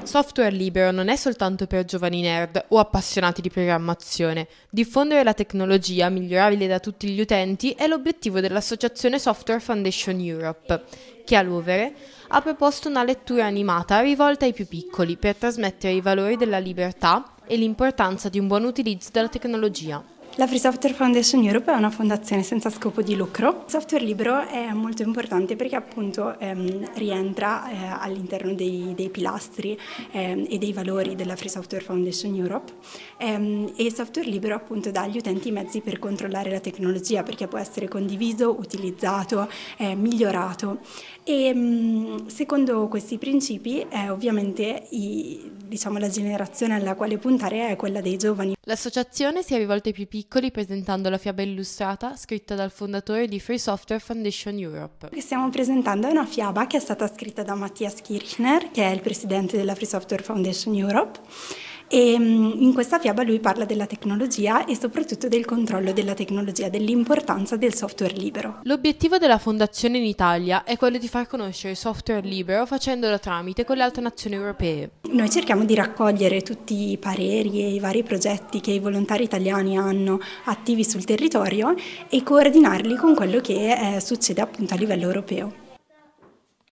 Software libero non è soltanto per giovani nerd o appassionati di programmazione. Diffondere la tecnologia migliorabile da tutti gli utenti è l'obiettivo dell'Associazione Software Foundation Europe, che a Lovere ha proposto una lettura animata rivolta ai più piccoli per trasmettere i valori della libertà e l'importanza di un buon utilizzo della tecnologia. La Free Software Foundation Europe è una fondazione senza scopo di lucro. Il software libero è molto importante perché appunto rientra all'interno dei pilastri e dei valori della Free Software Foundation Europe e il software libero appunto dà agli utenti i mezzi per controllare la tecnologia perché può essere condiviso, utilizzato, migliorato e secondo questi principi ovviamente la generazione alla quale puntare è quella dei giovani. L'associazione si è rivolta ai più piccoli presentando la fiaba illustrata scritta dal fondatore di Free Software Foundation Europe. Quello che stiamo presentando è una fiaba che è stata scritta da Matthias Kirchner, che è il presidente della Free Software Foundation Europe. E in questa fiaba lui parla della tecnologia e soprattutto del controllo della tecnologia, dell'importanza del software libero. L'obiettivo della fondazione in Italia è quello di far conoscere il software libero facendolo tramite con le altre nazioni europee. Noi cerchiamo di raccogliere tutti i pareri e i vari progetti che i volontari italiani hanno attivi sul territorio e coordinarli con quello che succede appunto a livello europeo.